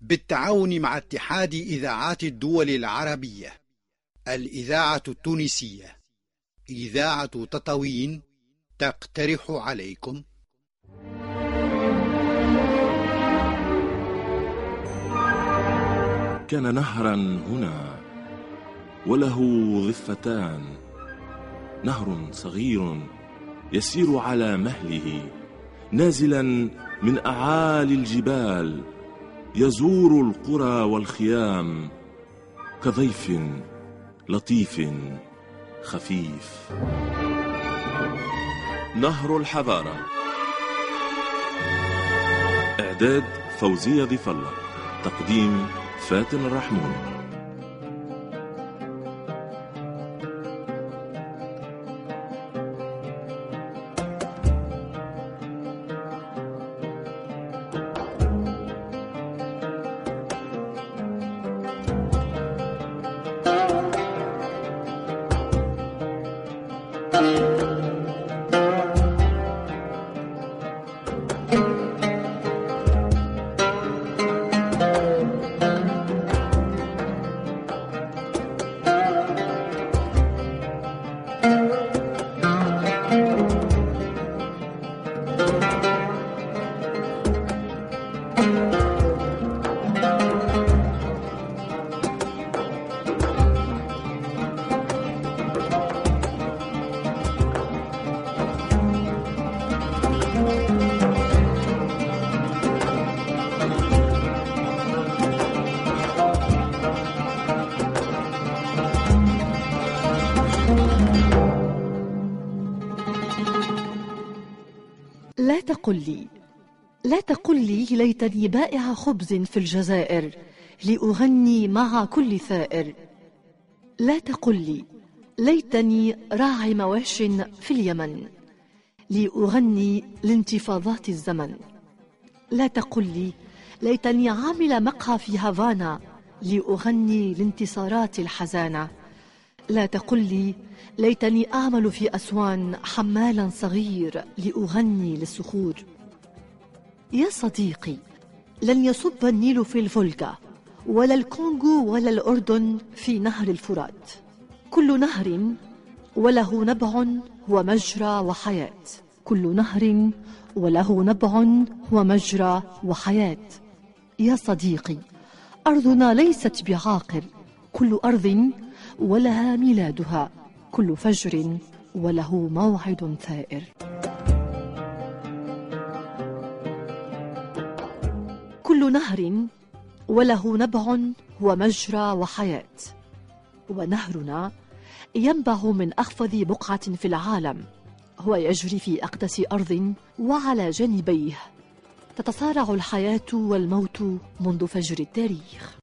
بالتعاون مع اتحاد إذاعات الدول العربية. الإذاعة التونسية إذاعة تطاوين تقترح عليكم كان نهرا هنا وله ضفتان، نهر صغير يسير على مهله نازلا من أعالي الجبال، يزور القرى والخيام كضيف لطيف خفيف. نهر الحضارة. إعداد فوزية ضيف الله. تقديم فاتن الرحمون. لا تقل لي ليتني بائع خبز في الجزائر لأغني مع كل ثائر. لا تقل لي ليتني راعي مواش في اليمن لأغني لانتفاضات الزمن. لا تقل لي ليتني عامل مقهى في هافانا لأغني لانتصارات الحزانة. لا تقل لي ليتني أعمل في أسوان حمالا صغير لأغني للصخور. يا صديقي، لن يصب النيل في الفولغا ولا الكونغو ولا الأردن في نهر الفرات. كل نهر وله نبع ومجرى وحياة. كل نهر وله نبع ومجرى وحياة. يا صديقي، أرضنا ليست بعاقر، كل أرض ولها ميلادها، كل فجر وله موعد ثائر. كل نهر وله نبع ومجرى وحياة، ونهرنا ينبع من أخفض بقعة في العالم، هو يجري في أقدس أرض، وعلى جانبيه تتصارع الحياة والموت منذ فجر التاريخ.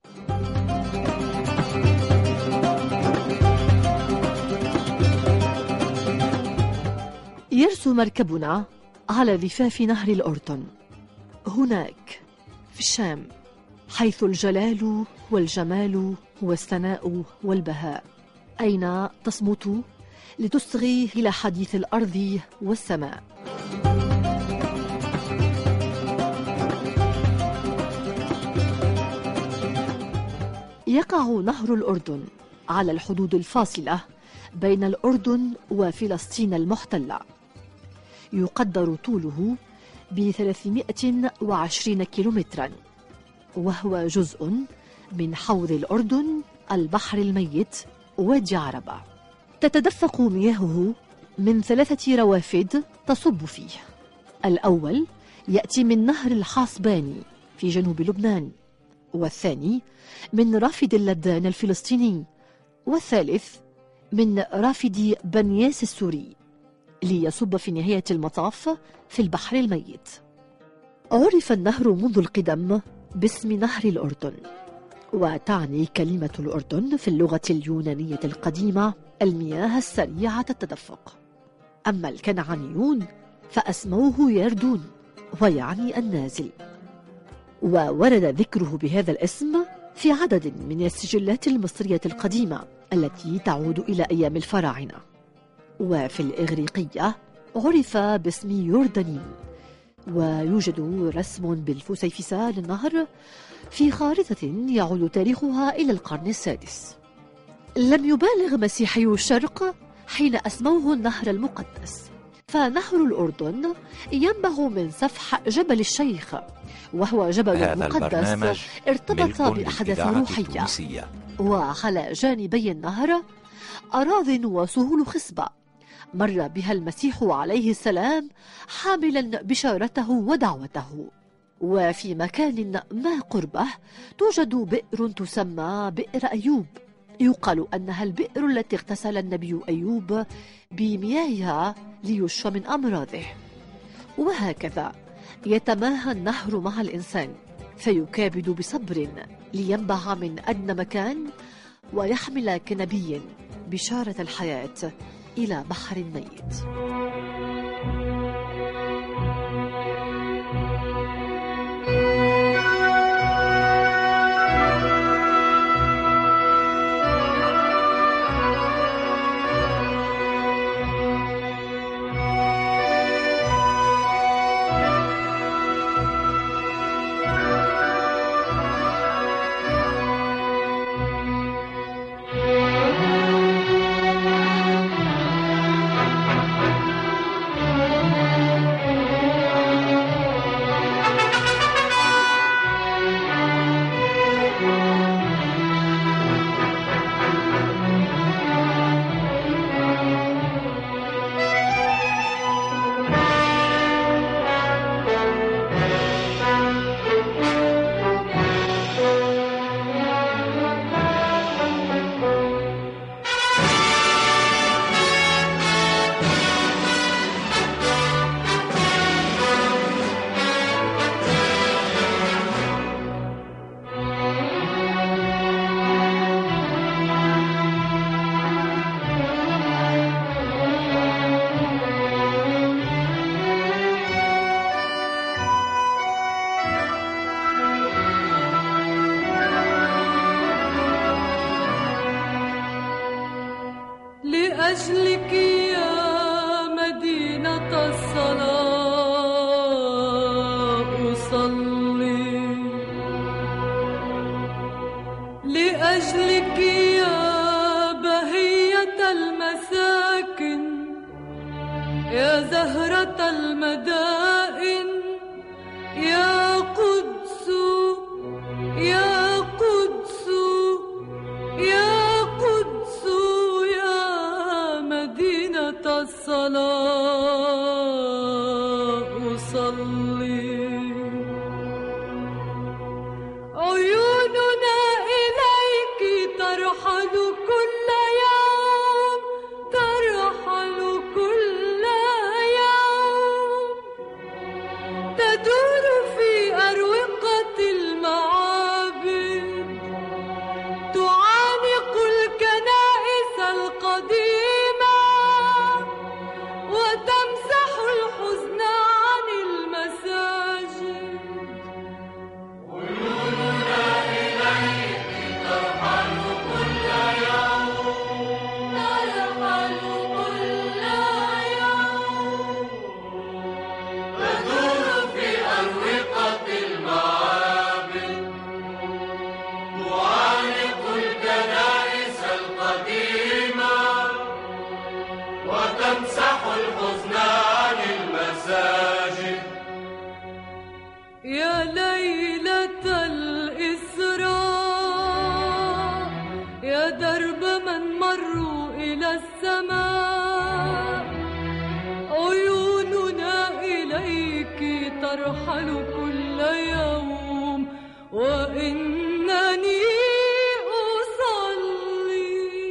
يرسو مركبنا على ضفاف نهر الأردن، هناك في الشام، حيث الجلال والجمال والثناء والبهاء، أين تصمت لتصغي إلى حديث الأرض والسماء. يقع نهر الأردن على الحدود الفاصلة بين الأردن وفلسطين المحتلة. يقدر طوله ب320 كيلومترا، وهو جزء من حوض الأردن البحر الميت وادي عربة. تتدفق مياهه من 3 روافد تصب فيه. الأول يأتي من نهر الحاصباني في جنوب لبنان، والثاني من رافد اللدان الفلسطيني، والثالث من رافد بنياس السوري، ليصب في نهاية المطاف في البحر الميت. عرف النهر منذ القدم باسم نهر الأردن، وتعني كلمة الأردن في اللغة اليونانية القديمة المياه السريعة التدفق. أما الكنعانيون فأسموه يردون، ويعني النازل، وورد ذكره بهذا الاسم في عدد من السجلات المصرية القديمة التي تعود إلى أيام الفراعنة. وفي الإغريقية عرف باسم يوردانيم، ويوجد رسم بالفسيفساء للنهر في خارطة يعود تاريخها إلى القرن السادس. لم يبالغ مسيحيو الشرق حين أسموه النهر المقدس، فنهر الأردن ينبع من سفح جبل الشيخ، وهو جبل مقدس ارتبط بأحداث روحية. وعلى جانبي النهر أراضٍ وسهول خصبة مر بها المسيح عليه السلام حاملا بشارته ودعوته. وفي مكان ما قربه توجد بئر تسمى بئر أيوب، يقال أنها البئر التي اغتسل النبي أيوب بمياهها ليشفى من أمراضه. وهكذا يتماهى النهر مع الإنسان، فيكابد بصبر لينبع من أدنى مكان ويحمل كنبي بشارة الحياة إلى بحر الميت. لأجلك يا مدينة الصلاة أصلي، لأجلك يا بهية المساكن، يا زهرة المدائن، يا قدس يا قدس يا قدس يا مدينة الصلاة أصلي. عيوننا إليك ترحل كل يوم، ترحل كل يوم، تدور في أروقة المعابد، تعانق الكنائس القديمة وتمسح الحزن عن المساجد. عيوننا إليك ترحل كل يوم، ترحل كل يوم، تدور في أروقة المعابد، تعانق الكنائس القديمة وتمسح الحزن عن المساجد. يا ليلة الإسراء، يا درب من مروا إلى السماء، عيوننا إليك ترحل كل يوم، وإنني أصلي.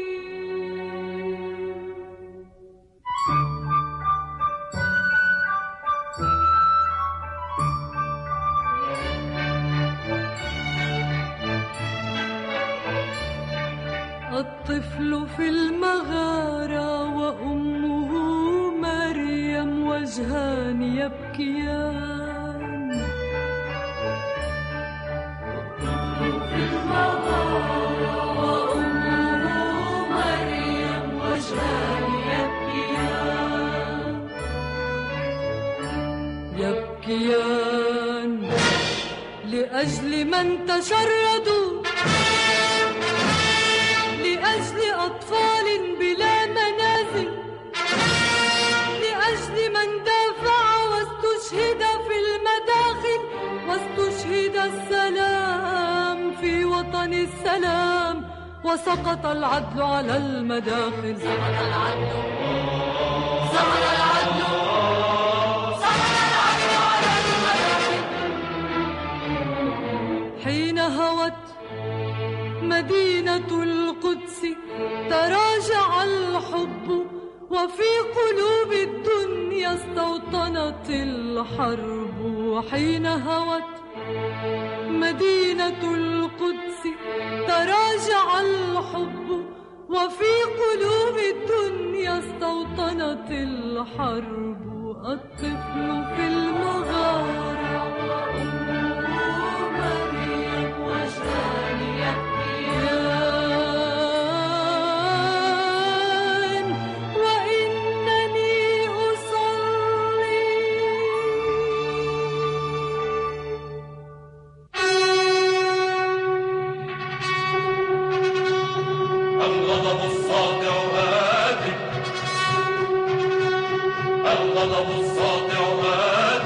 الطفل في المغارة وأمه مريم وجهان يبكيان. الطفل في المغارة وأمه مريم وجهان يبكيان، يبكيان لأجل من تشردوا، لأجل أطفال بلا منازل، لأجل من دافع واستشهد في المداخل، واستشهد السلام في وطن السلام، وسقط العدل على المداخل. سقط العدل، سقط العدل، سقط العدل على المداخل. حين هوت مدينة القدس تراجع الحب، وفي قلوب الدنيا استوطنت الحرب. حين هوت مدينة القدس تراجع الحب، وفي قلوب الدنيا استوطنت الحرب. الطفل في المغارة وأمه مريم وجهان يبكيان، وإنني أصلي. الغضب الساطع آت، الغضب الساطع آت،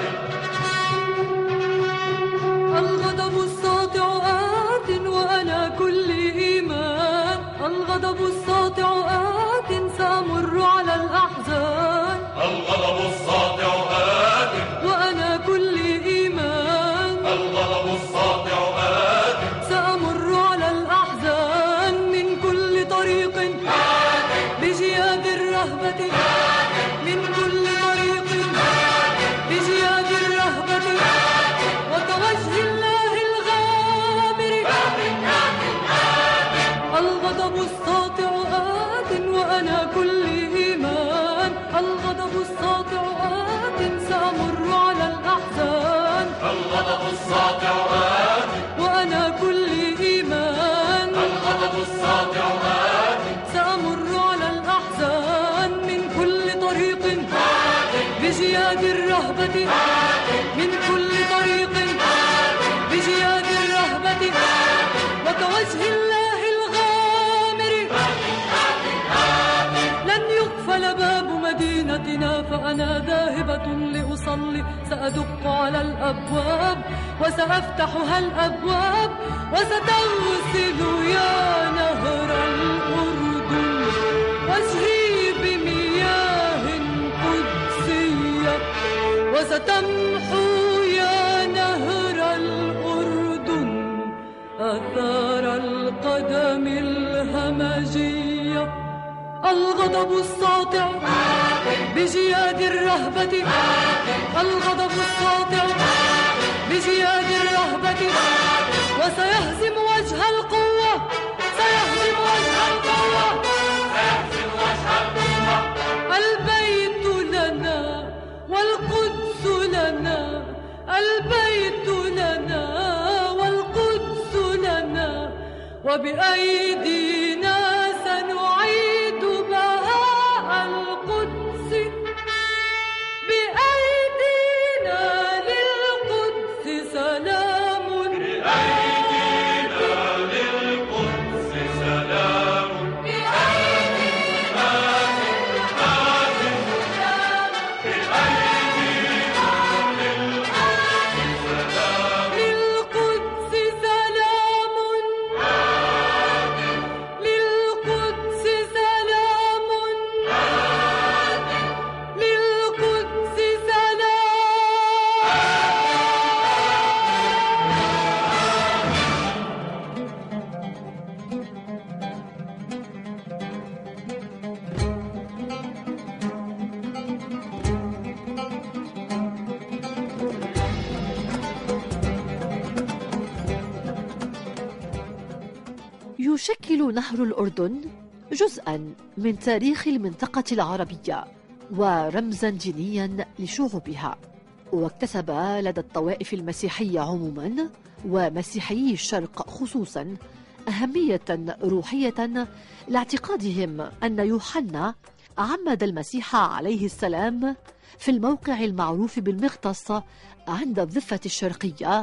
الغضب الساطع آت وأنا كل إيمان. الغضب الساطع آت سأمر على الأحزان. الغضب الساطع آت، وأنا كل إيمان. الغضب الساطع آت، سأمر على الأحزان من كل طريق بجياد الرهبة، من كل طريق بجياد الرهبة، وكوجه الله الغامر. الغضب الساطع آت وأنا كل إيمان. الغضب الساطع آت سأمر على الأحزان. الغضب الساطع آت، وأنا كل إيمان. الغضب الساطع آت، سأمر على الأحزان من كل طريق بجياد الرهبة، من كل طريق بجياد الرهبة، وكوجه الله الغامر. لن يقفل باب مدينتنا فأنا ذاهبة لأصلي. سأدق على الأبواب وسأفتحها الأبواب، وستغسل يا نهر الأردن وجهي بمياه قدسية، وستمحو يا نهر الأردن آثار القدم الهمجية. الغضب الساطع بجياد الرهبة، الغضب الساطع بجياد الرهبة، وسيهزم وجه القوة، سيهزم وجه القوة، سيهزم وجه القوة. البيت لنا والقدس لنا، البيت لنا والقدس لنا، وبأيدينا سنعيد بهاء القدس. بأيدينا للقدس سلام، بأيدينا للقدس سلام، بأيدينا للقدس سلام، للقدس سلام، للقدس سلام. يشكل نهر الأردن جزءاً من تاريخ المنطقة العربية ورمزاً دينياً لشعوبها، واكتسب لدى الطوائف المسيحية عموماً ومسيحيي الشرق خصوصاً أهمية روحية لاعتقادهم أن يوحنا عمد المسيح عليه السلام في الموقع المعروف بالمغطس عند الضفة الشرقية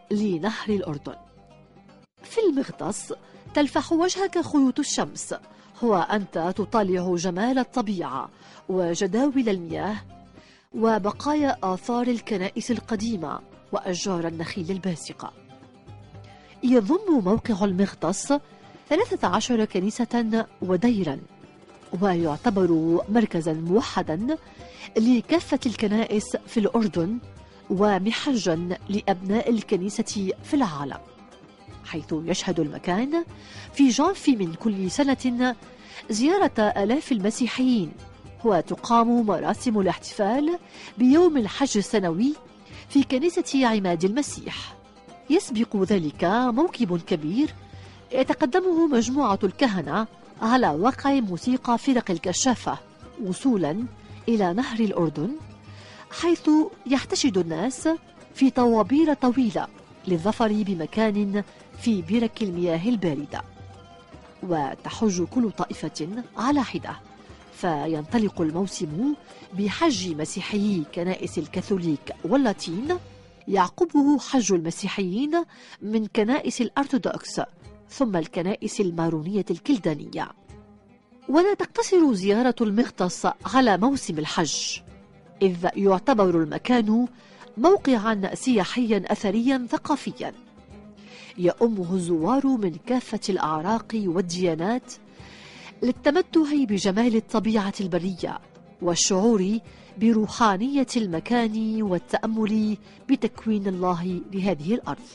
لنهر الأردن. في المغطس تلفح وجهك خيوط الشمس، هو أنت تطالع جمال الطبيعة وجداول المياه وبقايا آثار الكنائس القديمة وأشجار النخيل الباسقة. يضم موقع المغطس 13 كنيسة وديرا، ويعتبر مركزا موحدا لكافة الكنائس في الأردن ومحجا لأبناء الكنيسة في العالم، حيث يشهد المكان في جانفي من كل سنة زيارة آلاف المسيحيين، وتقام مراسم الاحتفال بيوم الحج السنوي في كنيسة عماد المسيح. يسبق ذلك موكب كبير يتقدمه مجموعة الكهنة على وقع موسيقى فرق الكشافة وصولا إلى نهر الأردن، حيث يحتشد الناس في طوابير طويلة للظفر بمكان في برك المياه الباردة. وتحج كل طائفة على حدة، فينطلق الموسم بحج مسيحيي كنائس الكاثوليك واللاتين، يعقبه حج المسيحيين من كنائس الأرثوذكس، ثم الكنائس المارونية الكلدانية. ولا تقتصر زيارة المغطس على موسم الحج، إذ يعتبر المكان موقعا سياحيا أثريا ثقافيا يؤمه الزوار من كافة الأعراق والديانات للتمتع بجمال الطبيعة البرية والشعور بروحانية المكان والتأمل بتكوين الله لهذه الأرض.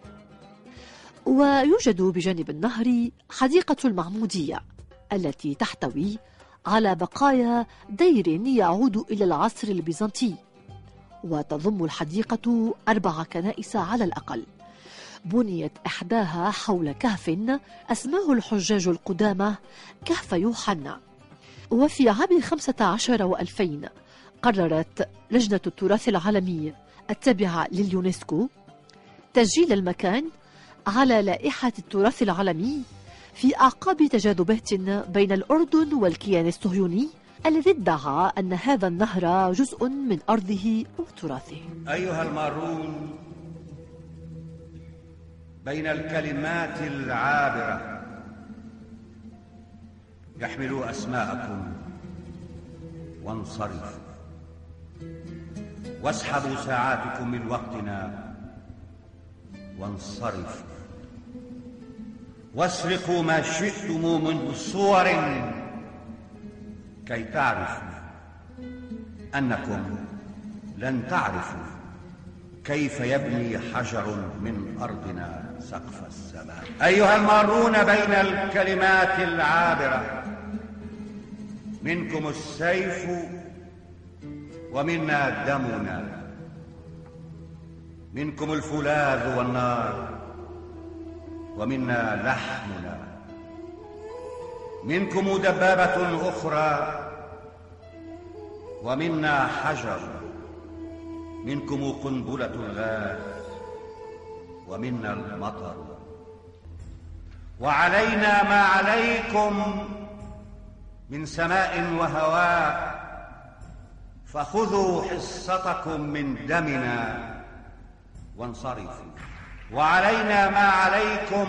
ويوجد بجانب النهر حديقة المعمودية التي تحتوي على بقايا دير يعود إلى العصر البيزنطي، وتضم الحديقة 4 كنائس على الأقل، بنيت إحداها حول كهف أسماه الحجاج القدامى كهف يوحنا. وفي عام 15 و2000 قررت لجنة التراث العالمي التابعة لليونسكو تسجيل المكان على لائحة التراث العالمي في أعقاب تجاذبات بين الأردن والكيان الصهيوني الذي ادعى أن هذا النهر جزء من أرضه وتراثه. أيها المارون بين الكلمات العابرة، يحملوا أسماءكم وانصرفوا، واسحبوا ساعاتكم من وقتنا وانصرفوا، واسرقوا ما شئتم من صور كي تعرفوا أنكم لن تعرفوا كيف يبني حجر من أرضنا سقف السماء. أيها المارون بين الكلمات العابرة، منكم السيف ومنا دمنا، منكم الفولاذ والنار ومنا لحمنا، منكم دبابة أخرى ومنا حجر، منكم قنبلة الغاز ومنا المطر، وعلينا ما عليكم من سماء وهواء، فخذوا حصتكم من دمنا وانصرفوا. وعلينا ما عليكم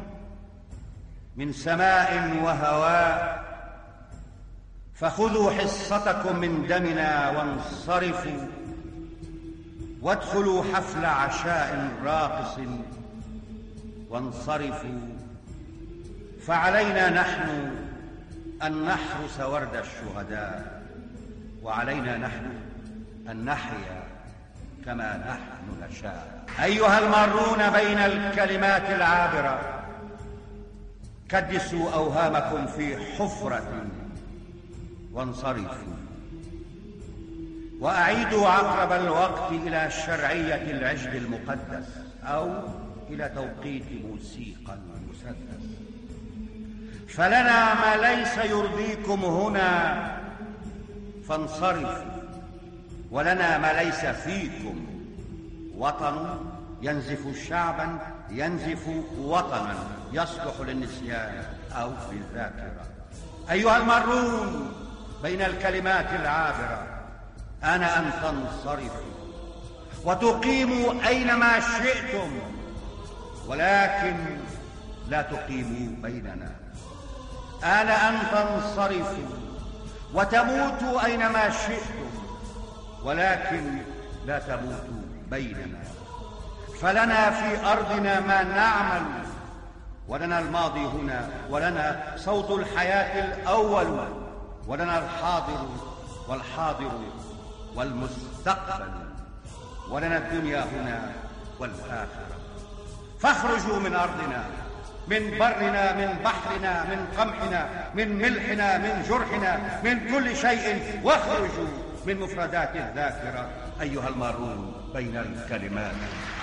من سماء وهواء، فخذوا حصتكم من دمنا وانصرفوا، وادخلوا حفل عشاء راقص وانصرفوا. فعلينا نحن أن نحرس ورد الشهداء، وعلينا نحن أن نحيا كما نحن نشاء. أيها المارون بين الكلمات العابرة، كدسوا أوهامكم في حفرة وانصرفوا، وأعيدوا عقرب الوقت إلى شرعية العجل المقدس أو إلى توقيت موسيقى المسدس. فلنا ما ليس يرضيكم هنا فانصرفوا، ولنا ما ليس فيكم. وطن ينزف شعبا ينزف وطنا يصلح للنسيان أو للذاكرة. أيها المارون بين الكلمات العابرة، أنا أن تنصرفوا وتقيموا أينما شئتم ولكن لا تقيموا بيننا. آن أن تنصرفوا وتموتوا أينما شئتم، ولكن لا تموتوا بيننا. فلنا في أرضنا ما نعمل، ولنا الماضي هنا، ولنا صوت الحياة الأول، ولنا الحاضر والحاضر والمستقبل، ولنا الدنيا هنا والآخرة. فاخرجوا من أرضنا، من برنا، من بحرنا، من قمحنا، من ملحنا، من جرحنا، من كل شيء، واخرجوا من مفردات الذاكرة أيها المارون بين الكلمات.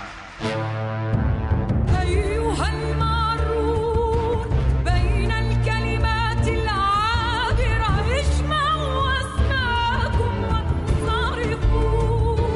أيها المارون بين الكلمات العابرة، اجمعوا أسماءكم وانصرفوا.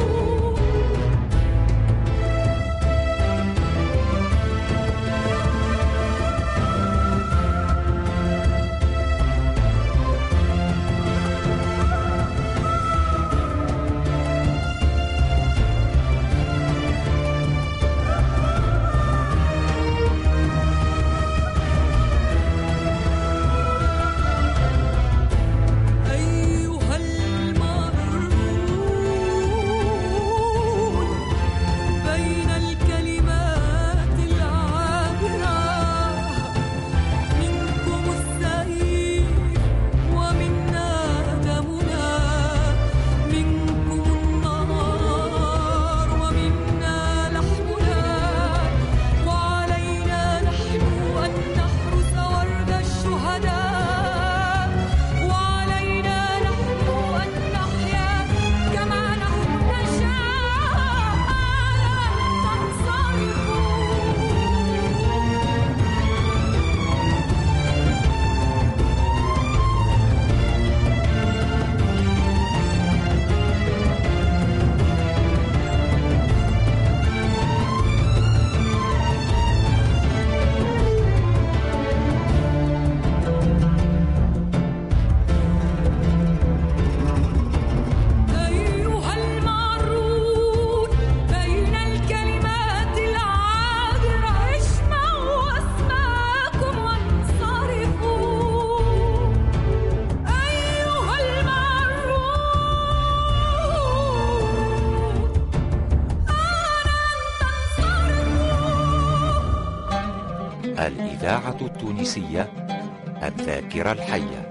الإذاعة التونسية الذاكرة الحية.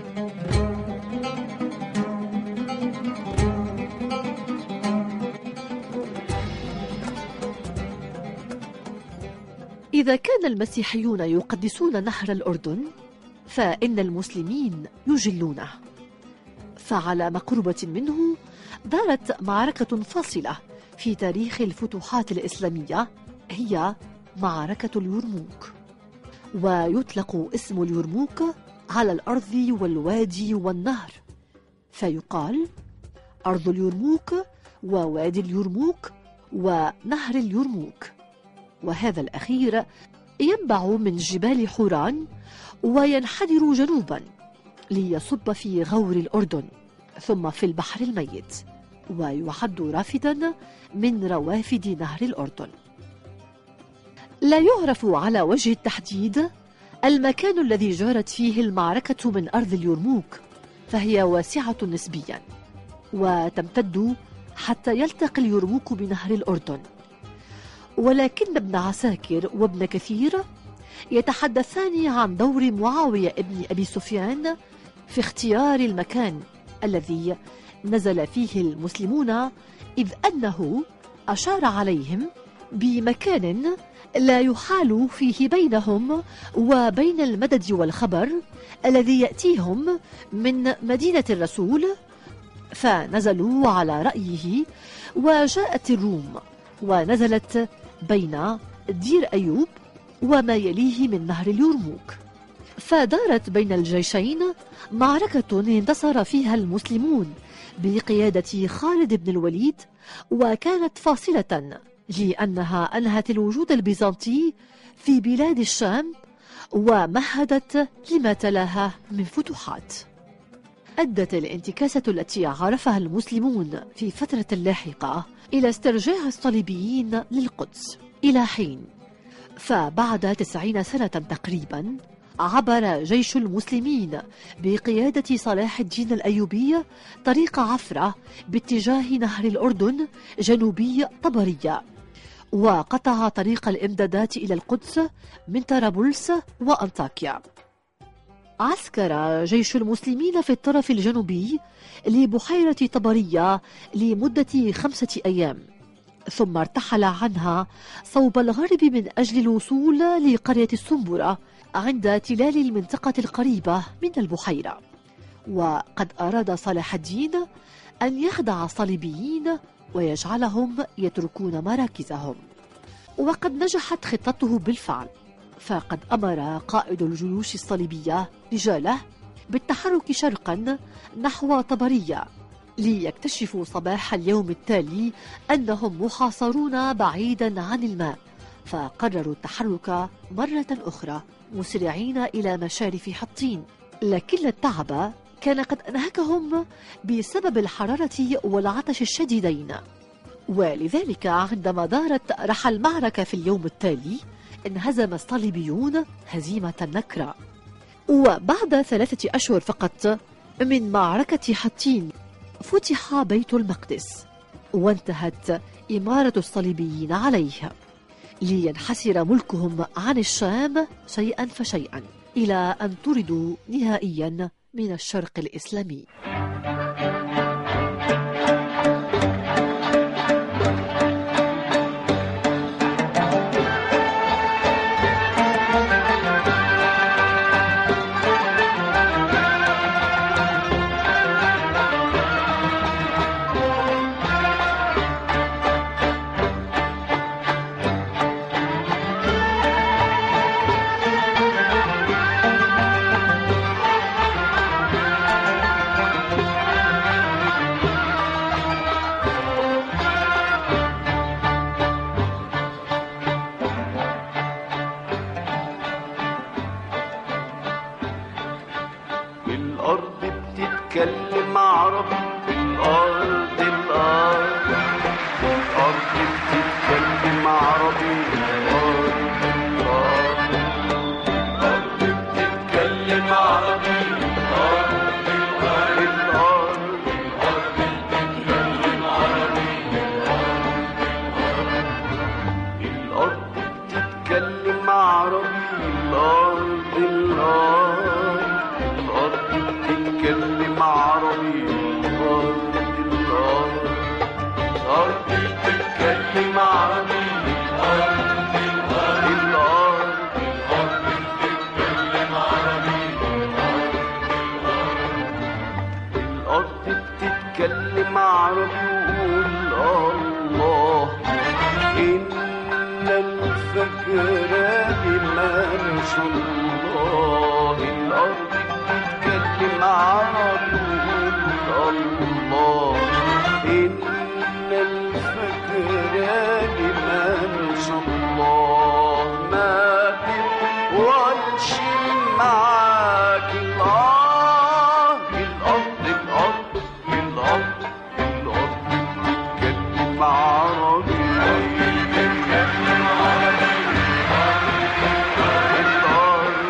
إذا كان المسيحيون يقدسون نهر الأردن، فإن المسلمين يجلونه. فعلى مقربة منه دارت معركة فاصلة في تاريخ الفتوحات الإسلامية، هي معركة اليرموك. ويطلق اسم اليرموك على الأرض والوادي والنهر، فيقال أرض اليرموك ووادي اليرموك ونهر اليرموك. وهذا الأخير ينبع من جبال حوران وينحدر جنوبا ليصب في غور الأردن ثم في البحر الميت، ويعد رافدا من روافد نهر الأردن. لا يعرف على وجه التحديد المكان الذي جرت فيه المعركة من أرض اليرموك، فهي واسعة نسبيا وتمتد حتى يلتقي اليرموك بنهر الأردن. ولكن ابن عساكر وابن كثير يتحدثان عن دور معاوية ابن أبي سفيان في اختيار المكان الذي نزل فيه المسلمون، إذ أنه أشار عليهم بمكان لا يحال فيه بينهم وبين المدد والخبر الذي يأتيهم من مدينة الرسول، فنزلوا على رأيه. وجاءت الروم ونزلت بين دير أيوب وما يليه من نهر اليرموك، فدارت بين الجيشين معركة انتصر فيها المسلمون بقيادة خالد بن الوليد، وكانت فاصلة لأنها أنهت الوجود البيزنطي في بلاد الشام ومهدت لما تلاها من فتوحات. أدت الانتكاسة التي عرفها المسلمون في فترة لاحقة إلى استرجاع الصليبيين للقدس إلى حين، فبعد 90 سنة تقريبا عبر جيش المسلمين بقيادة صلاح الدين الأيوبي طريق عفرة باتجاه نهر الأردن جنوبي طبرية، وقطع طريق الإمدادات إلى القدس من طرابلس وأنطاكيا. عسكر جيش المسلمين في الطرف الجنوبي لبحيرة طبرية لمدة 5 أيام، ثم ارتحل عنها صوب الغرب من أجل الوصول لقرية السنبرة عند تلال المنطقة القريبة من البحيرة. وقد أراد صلاح الدين أن يخدع الصليبيين ويجعلهم يتركون مراكزهم، وقد نجحت خطته بالفعل، فقد أمر قائد الجيوش الصليبية رجاله بالتحرك شرقا نحو طبرية ليكتشفوا صباح اليوم التالي أنهم محاصرون بعيدا عن الماء، فقرروا التحرك مرة أخرى مسرعين إلى مشارف حطين، لكن التعب كان قد أنهكهم بسبب الحرارة والعطش الشديدين، ولذلك عندما دارت رحى المعركة في اليوم التالي انهزم الصليبيون هزيمة نكرة. وبعد 3 أشهر فقط من معركة حطين فتح بيت المقدس، وانتهت إمارة الصليبيين عليه، لينحسر ملكهم عن الشام شيئا فشيئا إلى أن طردوا نهائيا من الشرق الإسلامي. الأرض بتتكلم عربي، الأرض بتتكلم عربي، الأرض بتتكلم عربي، الأرض بتتكلم عربي، الأرض بتتكلم عربي، الأرض بتتكلم عربي، الأرض بتتكلم عربي، الأرض بتتكلم عربي، وقول الله إن الفجر لمنش الله. الأرض بتتكلم عربي، وقول الله إن الفجر لمنش الله. ما بتقولش معاك الأرض، الأرض بتتكلم عربي، الأرض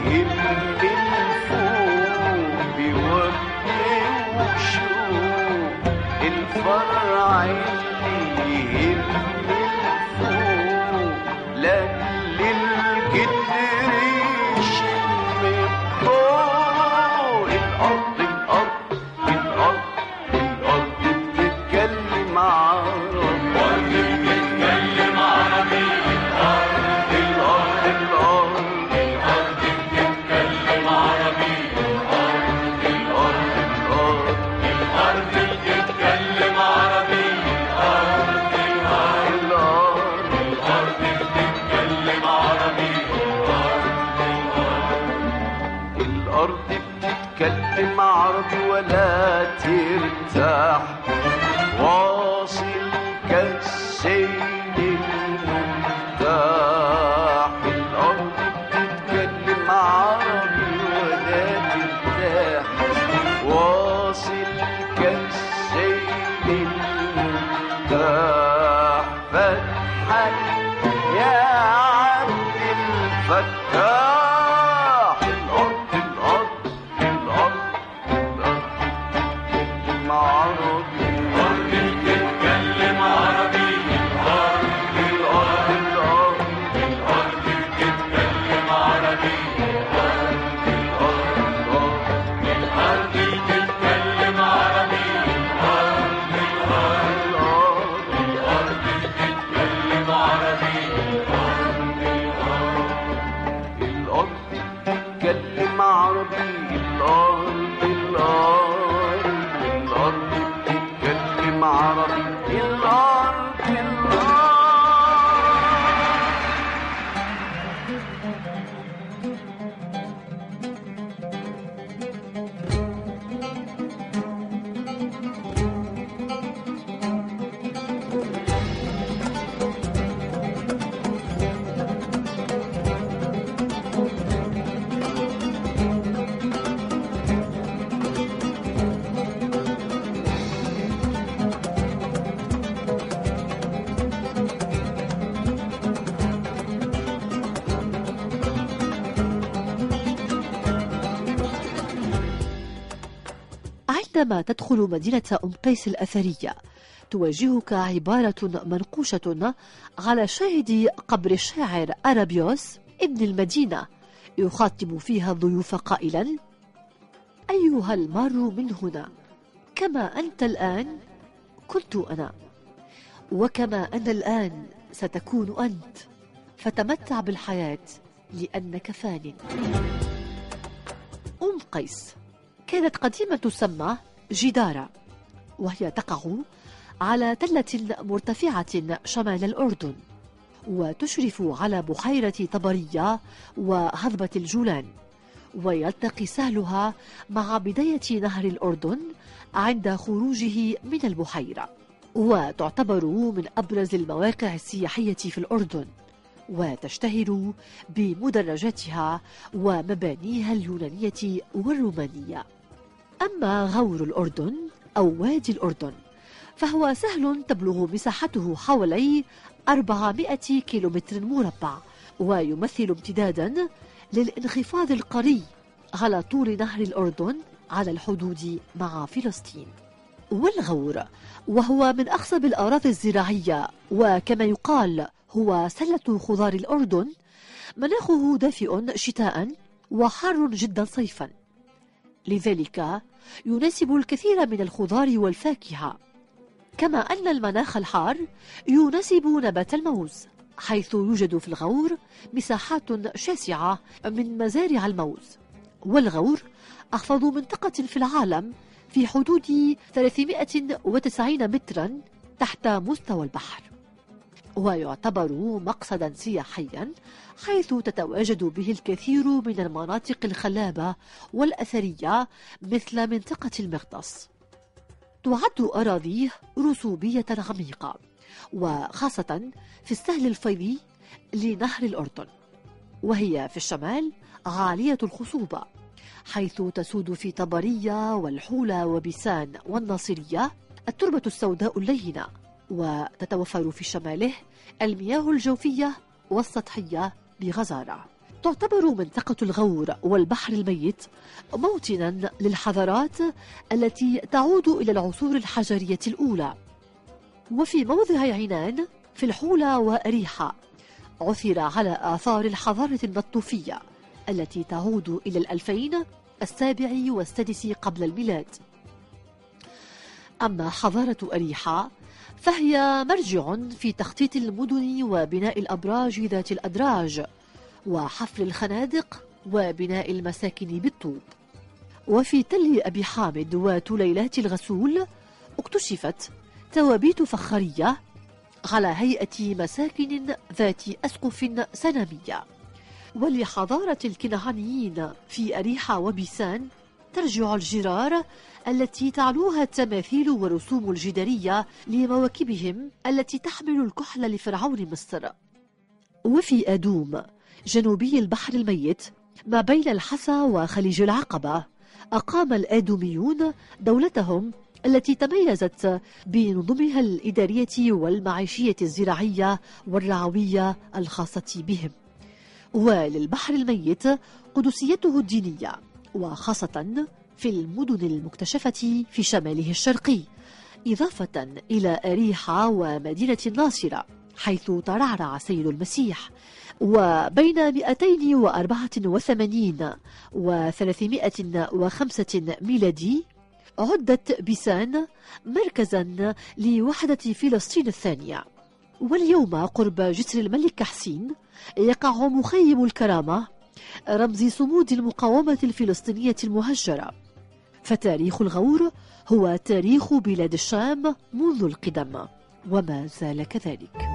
الفوق بوجه وشوق الفرع اللي يهم الفوق لاجل الجدر يشم الضوء. الأرض بتتكلم عربي. بتتكلم عربي. الأرض بتتكلم عربي. الأرض بتتكلم عربي. الأرض بتتكلم عربي. الأرض بتتكلم عربي ولا ترتاح واصل كالسيل المرتاح. الأرض بتتكلم عربي ولا ترتاح واصل كالسيل المرتاح. فتحك يا عبد الفتاح. الأرض بتتكلم عربي. الأرض بتتكلم عربي. الأرض بتتكلم عربي. الأرض بتتكلم عربي. الأرض بتتكلم عربي. الأرض بتتكلم عربي. الأرض بتتكلم عربي. عندما تدخل مدينة أم قيس الأثرية تواجهك عبارة منقوشة على شاهد قبر الشاعر أرابيوس ابن المدينة، يخاطب فيها الضيوف قائلا: أيها المار من هنا، كما أنت الآن كنت أنا، وكما أنا الآن ستكون أنت، فتمتع بالحياة لأنك فان. أم قيس كانت قديما تسمى جدارة، وهي تقع على تلة مرتفعة شمال الأردن، وتشرف على بحيرة طبرية وهضبة الجولان، ويلتقي سهلها مع بداية نهر الأردن عند خروجه من البحيرة، وتعتبر من أبرز المواقع السياحية في الأردن، وتشتهر بمدرجاتها ومبانيها اليونانية والرومانية. أما غور الأردن أو وادي الأردن فهو سهل تبلغ مساحته حوالي 400 كيلومتر مربع، ويمثل امتدادا للانخفاض القري على طول نهر الأردن على الحدود مع فلسطين. والغور وهو من أخصب الأراضي الزراعية، وكما يقال هو سلة خضار الأردن، مناخه دافئ شتاء وحار جدا صيفا، لذلك يناسب الكثير من الخضار والفاكهة، كما أن المناخ الحار يناسب نبات الموز، حيث يوجد في الغور مساحات شاسعة من مزارع الموز. والغور أخفض منطقة في العالم في حدود 390 مترا تحت مستوى البحر، ويعتبر مقصدا سياحيا حيث تتواجد به الكثير من المناطق الخلابة والأثرية مثل منطقة المغطس. تعد أراضيه رسوبية عميقة، وخاصة في السهل الفيضي لنهر الأردن، وهي في الشمال عالية الخصوبة، حيث تسود في طبرية والحولة وبيسان والناصرية التربة السوداء اللينة، وتتوفر في شماله المياه الجوفية والسطحية بغزارة. تعتبر منطقة الغور والبحر الميت موطنا للحضارات التي تعود إلى العصور الحجرية الأولى. وفي موضع عنان في الحولة وأريحة عثر على آثار الحضارة النطوفية التي تعود إلى 2007 والسادس قبل الميلاد. أما حضارة أريحة فهي مرجع في تخطيط المدن وبناء الأبراج ذات الأدراج وحفر الخنادق وبناء المساكن بالطوب. وفي تل أبي حامد وتليلات الغسول اكتشفت توابيت فخارية على هيئة مساكن ذات أسقف سنامية. ولحضارة الكنعانيين في أريحة وبيسان ترجع الجرار التي تعلوها التماثيل والرسوم الجدارية لمواكبهم التي تحمل الكحل لفرعون مصر. وفي أدوم جنوبي البحر الميت ما بين الحسا وخليج العقبة أقام الآدوميون دولتهم التي تميزت بنظمها الإدارية والمعيشية الزراعية والرعوية الخاصة بهم. وللبحر الميت قدسيته الدينية وخاصة في المدن المكتشفة في شماله الشرقي، إضافة إلى أريحة ومدينة الناصرة حيث ترعرع سيد المسيح. وبين 284 و 305 ميلادي عدت بيسان مركزا لوحدة فلسطين الثانية. واليوم قرب جسر الملك حسين يقع مخيم الكرامة رمز صمود المقاومة الفلسطينية المهجرة. فتاريخ الغور هو تاريخ بلاد الشام منذ القدم وما زال كذلك.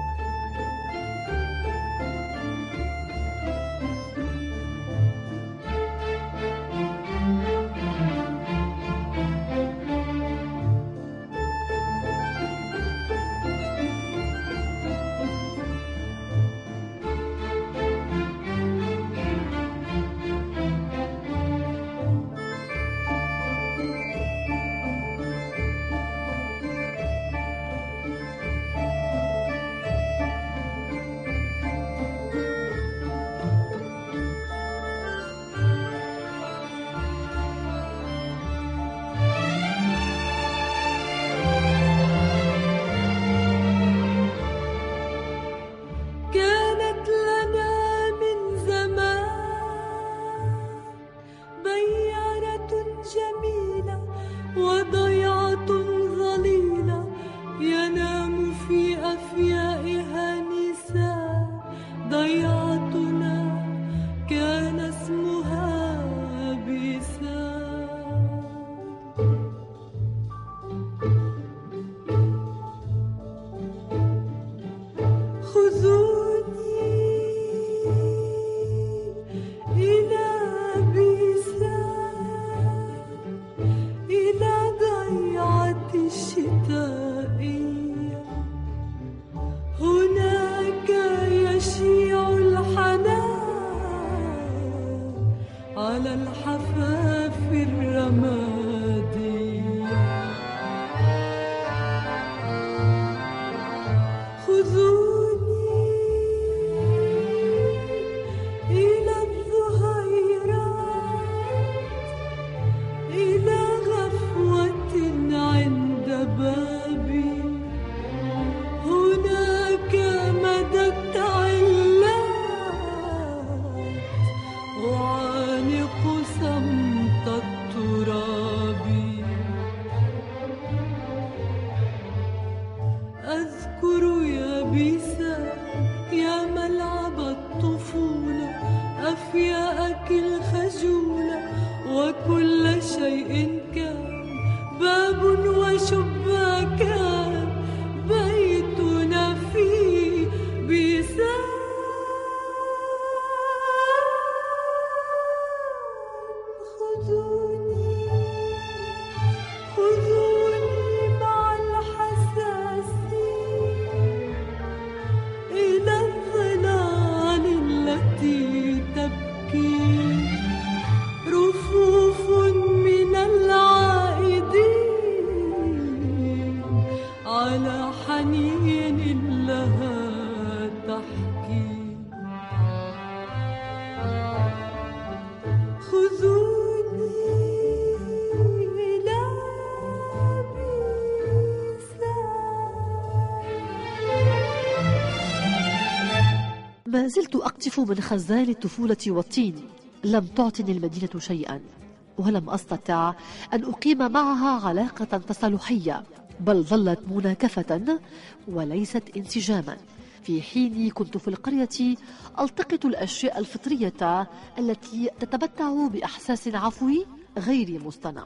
ما زلت أقطف من خزان الطفولة والطين. لم تعطني المدينة شيئا، ولم أستطع أن أقيم معها علاقة تصالحية، بل ظلت مناكفة وليست انسجاما. في حين كنت في القرية ألتقط الأشياء الفطرية التي تتمتع بإحساس عفوي غير مصطنع.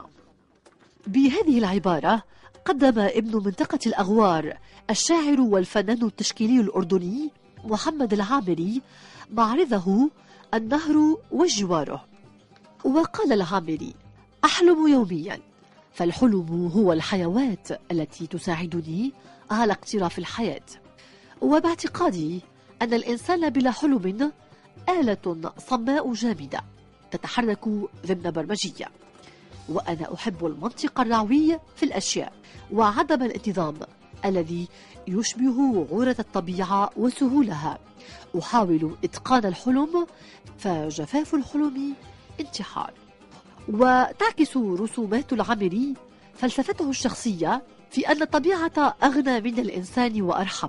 بهذه العبارة قدم ابن منطقة الأغوار الشاعر والفنان التشكيلي الأردني محمد العامري معرضه النهر وجواره. وقال العامري: أحلم يوميا، فالحلم هو الحيوات التي تساعدني على اقتراف الحياة. وباعتقادي أن الإنسان بلا حلم آلة صماء جامدة تتحرك ضمن برمجية. وأنا أحب المنطق الرعوي في الأشياء وعدم الانتظام الذي يشبه غورة الطبيعة وسهولها. أحاول إتقان الحلم، فجفاف الحلم انتحار. وتعكس رسومات العامري فلسفته الشخصية في أن الطبيعة أغنى من الإنسان وأرحب،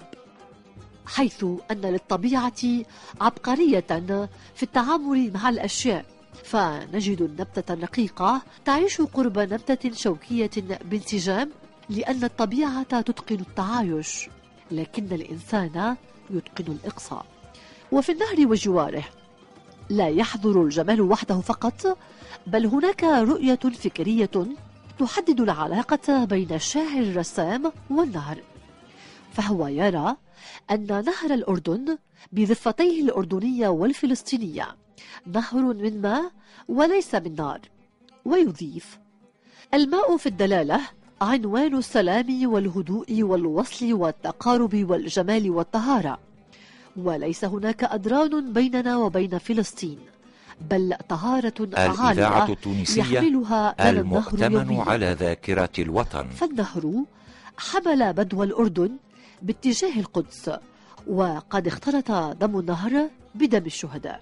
حيث أن للطبيعة عبقرية في التعامل مع الأشياء، فنجد النبتة الرقيقة تعيش قرب نبتة شوكية بانسجام، لأن الطبيعة تتقن التعايش لكن الإنسان يتقن الإقصاء. وفي النهر وجواره لا يحضر الجمال وحده فقط، بل هناك رؤية فكرية تحدد العلاقة بين الشاعر الرسام والنهر. فهو يرى أن نهر الأردن بضفتيه الأردنية والفلسطينية نهر من ماء وليس من نار. ويضيف: الماء في الدلالة عنوان السلام والهدوء والوصل والتقارب والجمال والطهارة، وليس هناك أدران بيننا وبين فلسطين، بل طهارة الإذاعة التونسية يحملها المؤتمن على ذاكرة الوطن. فالنهر حمل بدو الأردن باتجاه القدس، وقد اختلط دم النهر بدم الشهداء.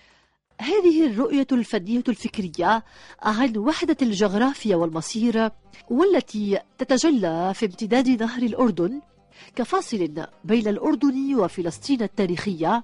هذه الرؤية الفنية الفكرية عن وحدة الجغرافيا والمصير، والتي تتجلى في امتداد نهر الأردن كفاصل بين الأردن وفلسطين التاريخية،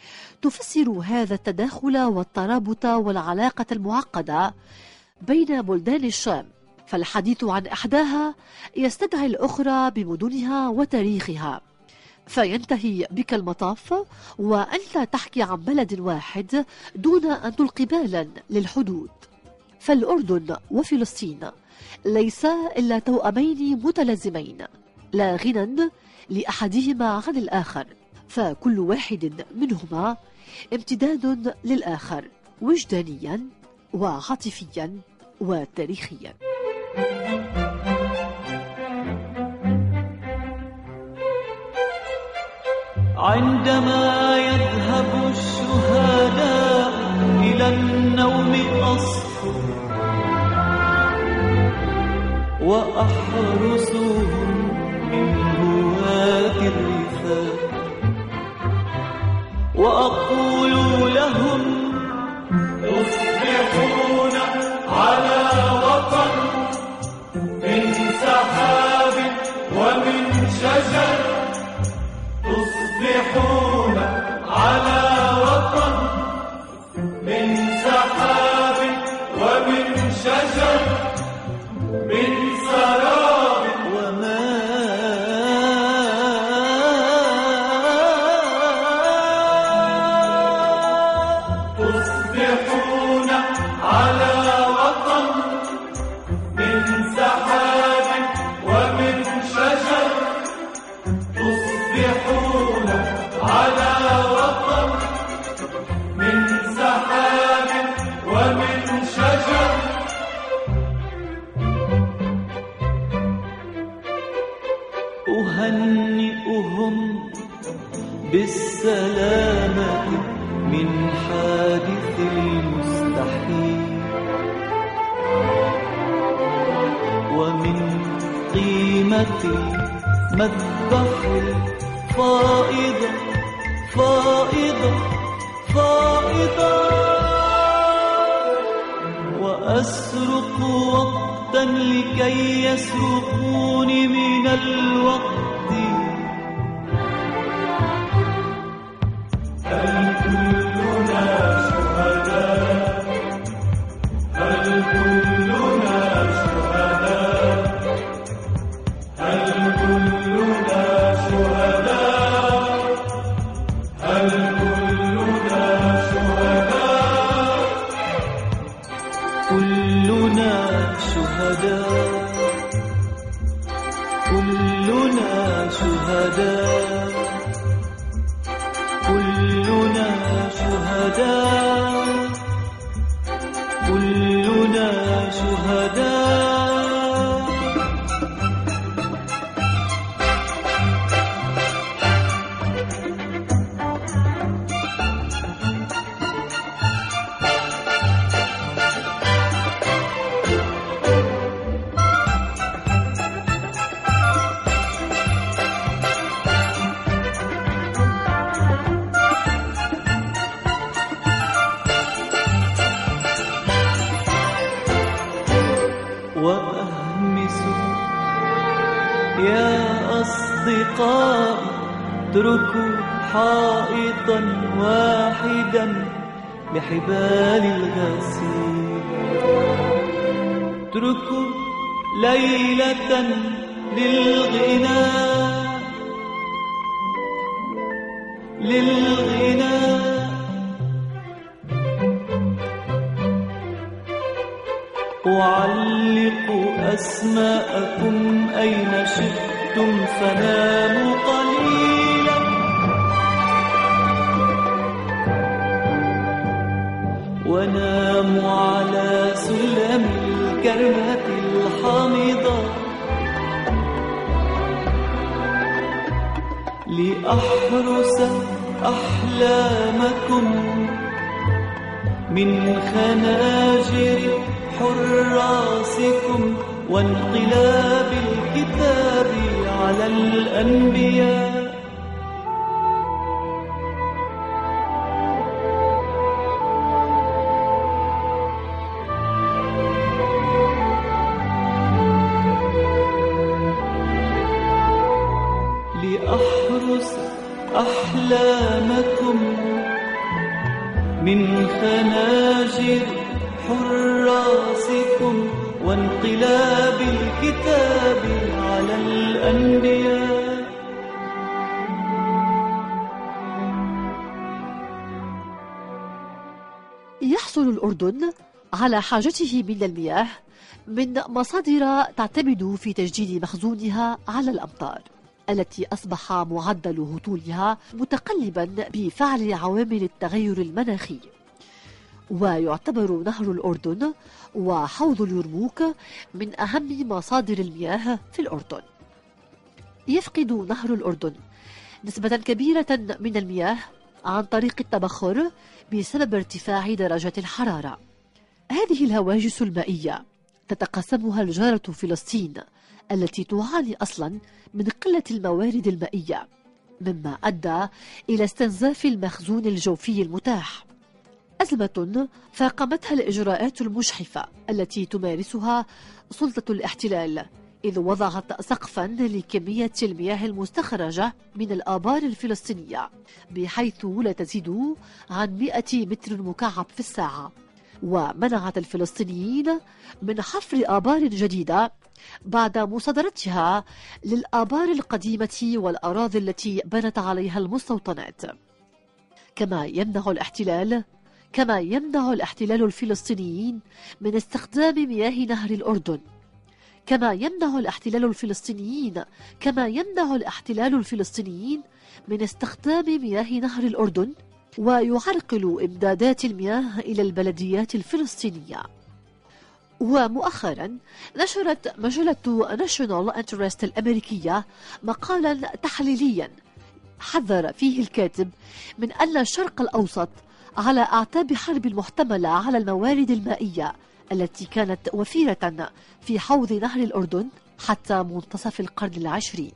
تفسر هذا التداخل والترابط والعلاقة المعقدة بين بلدان الشام. فالحديث عن إحداها يستدعي الأخرى بمدنها وتاريخها، فينتهي بك المطاف وأنت تحكي عن بلد واحد دون أن تلقي بالا للحدود. فالأردن وفلسطين ليسا إلا توأمين متلازمين، لا غنى لأحدهما عن الآخر، فكل واحد منهما امتداد للآخر وجدانيا وعاطفيا وتاريخيا. عندما يذهب الشهداء إلى النوم أصحو وأحرسهم من هواة الرثاء، وأقول لهم: تصبحون على وطن من سحاب ومن شجر، تصبحون على وطن من سحاب ومن شجر، من سراب وماء، تصبحون على وطن من سحاب ومن شجر، تصبحون على وطن من سحاب ومن شجر. أهنئهم بالسلامة من حادث المستحيل، ومن قيمة مذبح الفائضة فائضة فائضة، وأسرق وقتا لكي يسرقوني من الوقت. كلنا شهداء، كلنا شهداء، كلنا شهداء. وأهمس يا أصدقائي، اتركوا حائطا واحدا بحبال الغسيل، اتركوا ليلة للغناء، للغناء. أعلق أسماءكم أين شئتم، فناموا قليلا، وناموا على سلم الكرمة الحامضة، لأحرس أحلامكم من خناجر حراسكم وانقلاب الكتاب على الأنبياء. لأحرس أحلامكم من خناجر حراسكم وانقلاب الكتاب على الأنبياء. يحصل الأردن على حاجته من المياه من مصادر تعتمد في تجديد مخزونها على الأمطار، التي أصبح معدل هطولها متقلبا بفعل عوامل التغير المناخي. ويعتبر نهر الأردن وحوض اليرموك من أهم مصادر المياه في الأردن. يفقد نهر الأردن نسبة كبيرة من المياه عن طريق التبخر بسبب ارتفاع درجة الحرارة. هذه الهواجس المائية تتقاسمها الجارة فلسطين، التي تعاني أصلا من قلة الموارد المائية، مما أدى إلى استنزاف المخزون الجوفي المتاح. أزمة فاقمتها الإجراءات المجحفة التي تمارسها سلطة الاحتلال، إذ وضعت سقفا لكمية المياه المستخرجة من الآبار الفلسطينية بحيث لا تزيد عن 100 متر مكعب في الساعة، ومنعت الفلسطينيين من حفر آبار جديدة بعد مصادرتها للآبار القديمة والأراضي التي بنت عليها المستوطنات. كما يمنع الاحتلال الفلسطينيين من استخدام مياه نهر الأردن، كما يمنع الاحتلال الفلسطينيين من استخدام مياه نهر الأردن، ويعرقل إمدادات المياه إلى البلديات الفلسطينية. ومؤخرا نشرت مجلة ناشونال انترست الأمريكية مقالا تحليليا حذر فيه الكاتب من أن الشرق الأوسط على أعتاب حرب محتملة على الموارد المائية التي كانت وفيرة في حوض نهر الأردن حتى منتصف القرن العشرين.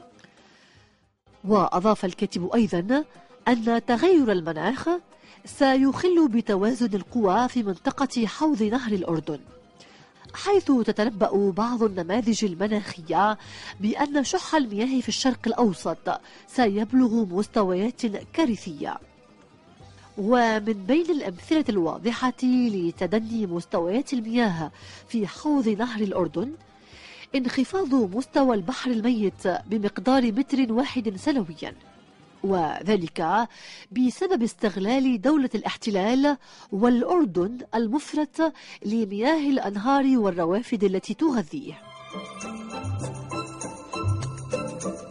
وأضاف الكاتب أيضا أن تغير المناخ سيخل بتوازن القوى في منطقة حوض نهر الأردن، حيث تتنبأ بعض النماذج المناخية بأن شح المياه في الشرق الأوسط سيبلغ مستويات كارثية. ومن بين الأمثلة الواضحة لتدني مستويات المياه في حوض نهر الأردن انخفاض مستوى البحر الميت بمقدار 1 متر سنويا، وذلك بسبب استغلال دولة الاحتلال والأردن المفرط لمياه الأنهار والروافد التي تغذيه.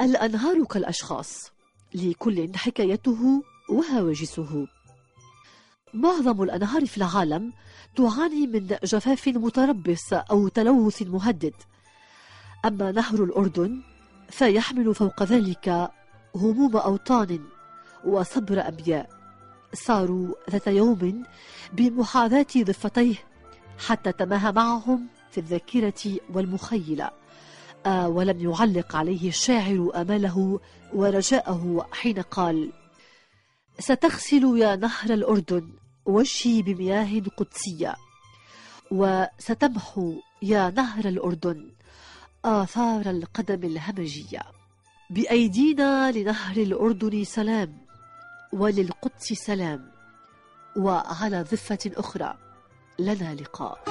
الأنهار كالأشخاص، لكل حكايته وهواجسه. معظم الأنهار في العالم تعاني من جفاف متربص أو تلوث مهدد، أما نهر الأردن فيحمل فوق ذلك هموم أوطان وصبر أنبياء صاروا ذات يوم بمحاذاة ضفتيه حتى تماهى معهم في الذاكرة والمخيلة. ولم يعلق عليه الشاعر آماله ورجاءه حين قال: ستغسل يا نهر الأردن وجهي بمياه قدسية، وستمحو يا نهر الأردن آثار القدم الهمجية. بأيدينا لنهر الأردن سلام، وللقدس سلام، وعلى ضفة أخرى لنا لقاء.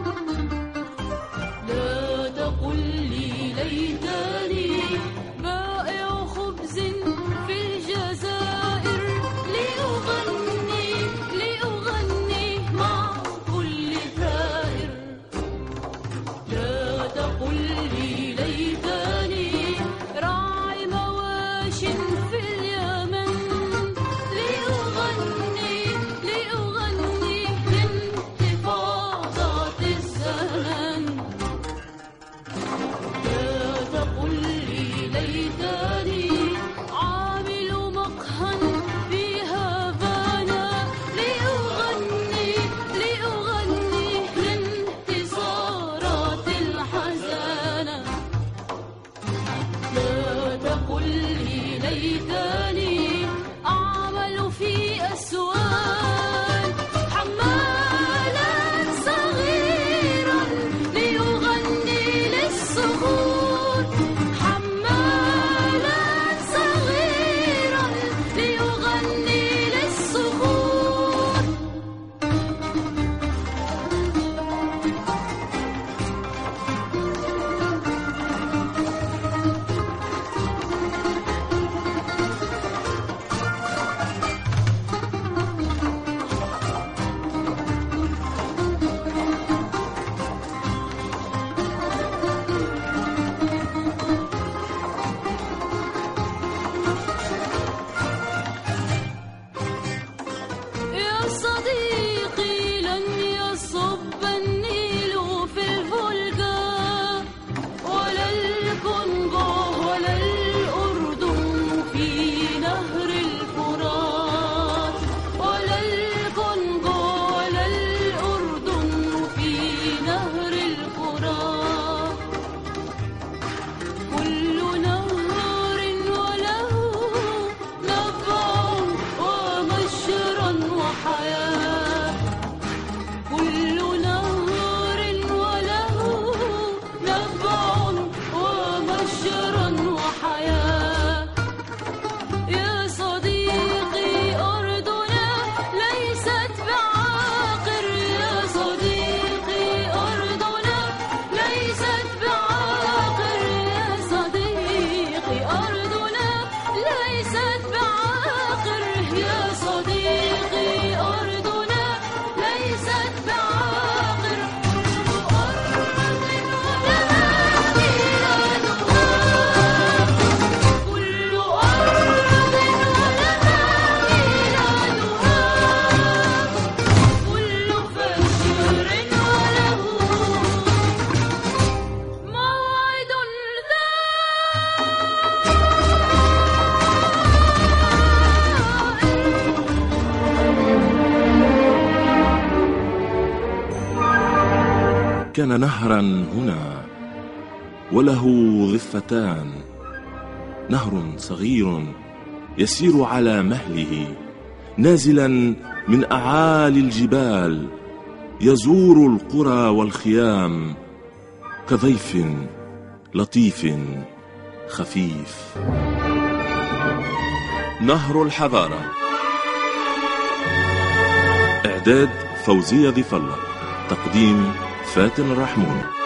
لا تقل لي ليتني بائع خبز في الجزائر لأغني مع كل ثائر. لا تقل لي ليتني راعي مواش في اليمن لأغني لانتفاضة الزمن. لا تقل لي ليتني عامل مقهى في هافانا لأغني لانتصارات الحزانة. لا تقل لي ليتني أعمل في أسوان حمالا صغيرا لأغني للصخور، حمالا صغيرا لأغني للصخور. يا صديقي لن يصب النيل في الفولغا ولا الكونغو ولا الأردن في نهر الفرات، ولا الكونغو ولا الأردن في نهر الفرات. كل نهر وله نبع ومجرى وحياة، كل نهر وله نبع ومجرى وحياة. يا صديقي أردنا ليست بعاقر، يا صديقي أردنا ليست بعاقر، يا صديقي أردنا ليست بعاقر، يا صديقي أردنا ليست بعاقر. كل أرض ولها ميلادها، كل فجر وله موعد كان نهرا هنا وله ضفتان، نهر صغير يسير على مهله نازلا من أعالي الجبال، يزور القرى والخيام كضيف لطيف خفيف. نهر الحضارة. إعداد فوزية ضيف الله، تقديم فاتن الرحمون.